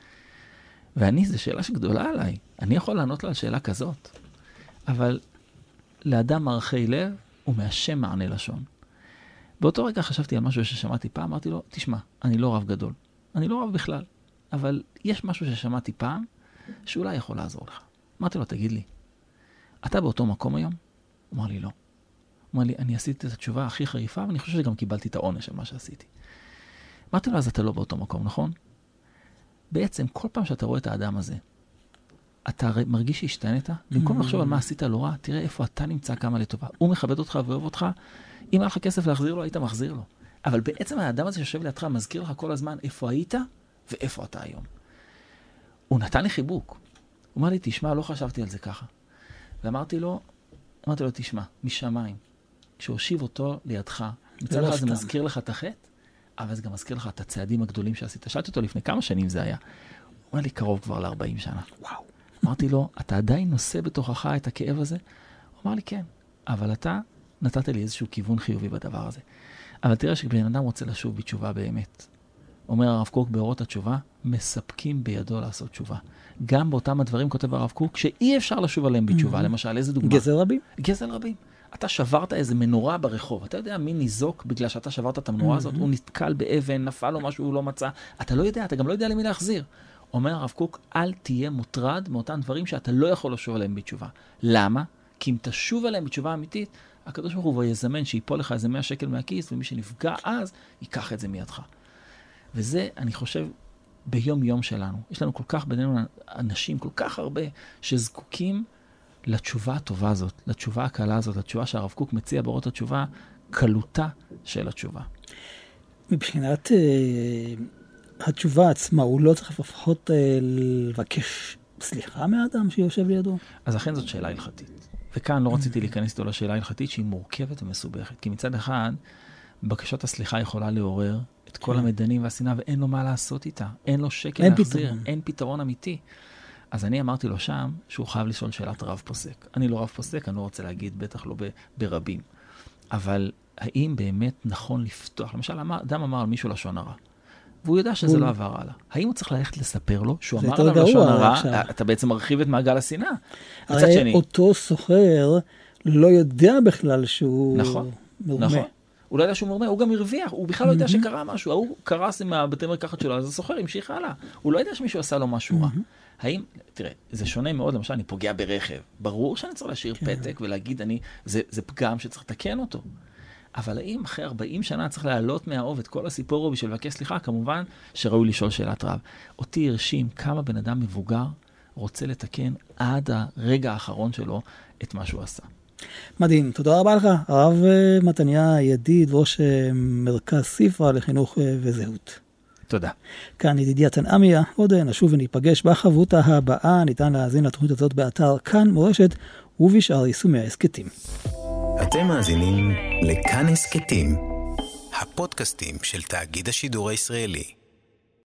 Speaker 4: ואני, זו שאלה שגדולה עליי. אני יכול לענות לו על שאלה כזאת. אבל לאדם מערכי לב, הוא מאשם מענה לשון. באותו רגע חשבתי על משהו ששמעתי פעם, אמרתי לו, תשמע, אני לא רב גדול. אני לא רב בכלל. אבל יש משהו ששמעתי פעם, שאולי יכול לעזור לך. אמרתי לו, תגיד לי, אתה באותו מקום היום? הוא אמר לי, לא. הוא אמר לי, אני עשיתי את התשובה הכי חריפה, ואני חושב שגם קיבלתי את העונש על מה שעשיתי. אמרתי לו, אז אתה לא באותו מקום, נכון? בעצם, כל פעם שאתה רואה את האדם הזה, אתה מרגיש שהשתנית, במקום לחשוב על מה עשית לא רע, תראה איפה אתה נמצא כמה לטובה. הוא מכבד אותך ואוהב אותך, אם היה לך כסף להחזיר לו, היית מחזיר לו. אבל בעצם האדם הזה שיושב לידך, מזכיר לך כל הזמן איפה היית ואיפה אתה היום. הוא נתן לי חיבוק. הוא אמר לי, תשמע, לא חשבתי על זה ככה. ואמרתי לו, אמרתי לו, תשמע, משמיים, כשהושיב אותו לידך, מצד אחד זה מזכיר לך את החטא, אבל זה גם מזכיר לך את הצעדים הגדולים שעשית. שאלתי אותו לפני כמה שנים זה היה. הוא אומר לי, קרוב כבר ל-ארבעים שנה. וואו. אמרתי לו, אתה עדיין נושא בתוכך את הכאב הזה? הוא אמר לי, כן, אבל אתה נתת לי איזשהו כיוון חיובי בדבר הזה. אבל תראה שבן אדם רוצה לשוב בתשובה באמת. אומר הרב קוק באורות התשובה, מספקים בידו לעשות תשובה. גם באותם הדברים כותב הרב קוק, שאי אפשר לשוב עליהם בתשובה. למשל, איזה דוגמה?
Speaker 3: גזל רבים.
Speaker 4: גזל רבים. אתה שברת איזה מנורה ברחוב. אתה יודע מי ניזוק בגלל שאתה שברת את המנורה הזאת? הוא נתקל באבן, נפל לו משהו, הוא לא מצא. אתה לא יודע, אתה גם לא יודע למי להחזיר. אומר הרב קוק, אל תהיה מוטרד מאותם דברים שאתה לא יכול לשוב עליהם בתשובה. למה? כי אם תשוב עליהם בתשובה אמיתית, הקדוש ברוך הוא יזמן שיפול לך איזה מאה שקל מהכיס, ומי שנפגע אז, ייקח את זה מידך. וזה, אני חושב, ביום יום שלנו. יש לנו כל כך בינינו אנשים, כל כך הרבה, שזקוקים לתשובה הטובה הזאת, לתשובה הקלה הזאת, לתשובה שהרב קוק מציע באורות התשובה, קלותה של התשובה.
Speaker 3: מבחינת אה, התשובה עצמה, הוא לא צריך לפחות אה, לבקש סליחה מהאדם שיושב לידו?
Speaker 4: אז אכן זאת שאלה הלכתית. וכאן לא רציתי להיכנס איתו לשאלה הלכתית שהיא מורכבת ומסובכת. כי מצד אחד, בקשת הסליחה יכולה לעורר את כל המדנים והשנאה, ואין לו מה לעשות איתה. אין לו שקל
Speaker 3: אין
Speaker 4: להחזיר.
Speaker 3: פתרון.
Speaker 4: אין פתרון אמיתי. אז אני אמרתי לו שם שהוא חייב לשאול שאלת רב פוסק. אני לא רב פוסק, אני לא רוצה להגיד, בטח לא ב- ברבים. אבל האם באמת נכון לפתוח? למשל, אדם אמר על מישהו לשון הרע. והוא יודע שזה לא עבר הלאה. האם הוא צריך ללכת לספר לו שהוא אמר עליו לשון הרע? אתה בעצם מרחיב את מעגל השנאה. מצד שני.
Speaker 3: אותו סוחר לא יודע בכלל שהוא
Speaker 4: נכון,
Speaker 3: מרמה.
Speaker 4: נכון. הוא לא יודע שהוא מרמה, הוא גם הרוויח, הוא בכלל לא יודע שקרה משהו. הוא קרס מהבתי מרקחת שלו, אז הסוחר המשיך הלאה. הוא לא יודע שמישהו עשה לו משהו רע. האם, תראה, זה שונה מאוד, למשל, אני פוגע ברכב. ברור שאני צריך להשאיר פתק ולהגיד, אני, זה, זה פגם שצריך לתקן אותו. אבל האם אחרי ארבעים שנה צריך להעלות מהאוב את כל הסיפור בשביל לבקש סליחה? כמובן שראוי לשאול שאלת רב. אותי הרשים כמה בן אדם מבוגר רוצה לתקן עד הרגע האחרון שלו את מה שהוא עשה.
Speaker 3: מדהים, תודה רבה לך, הרב מתניה ידיד, ראש מרכז ספרא לחינוך וזהות.
Speaker 4: תודה.
Speaker 3: כאן ידידיה תנעמיה, עוד נשוב וניפגש בחברותה הבאה, ניתן להאזין לתוכנית הזאת באתר כאן מורשת ובשאר יישומי ההסכתים.
Speaker 1: אתם מאזינים לכאן הסכתים, הפודקאסטים של תאגיד השידור הישראלי.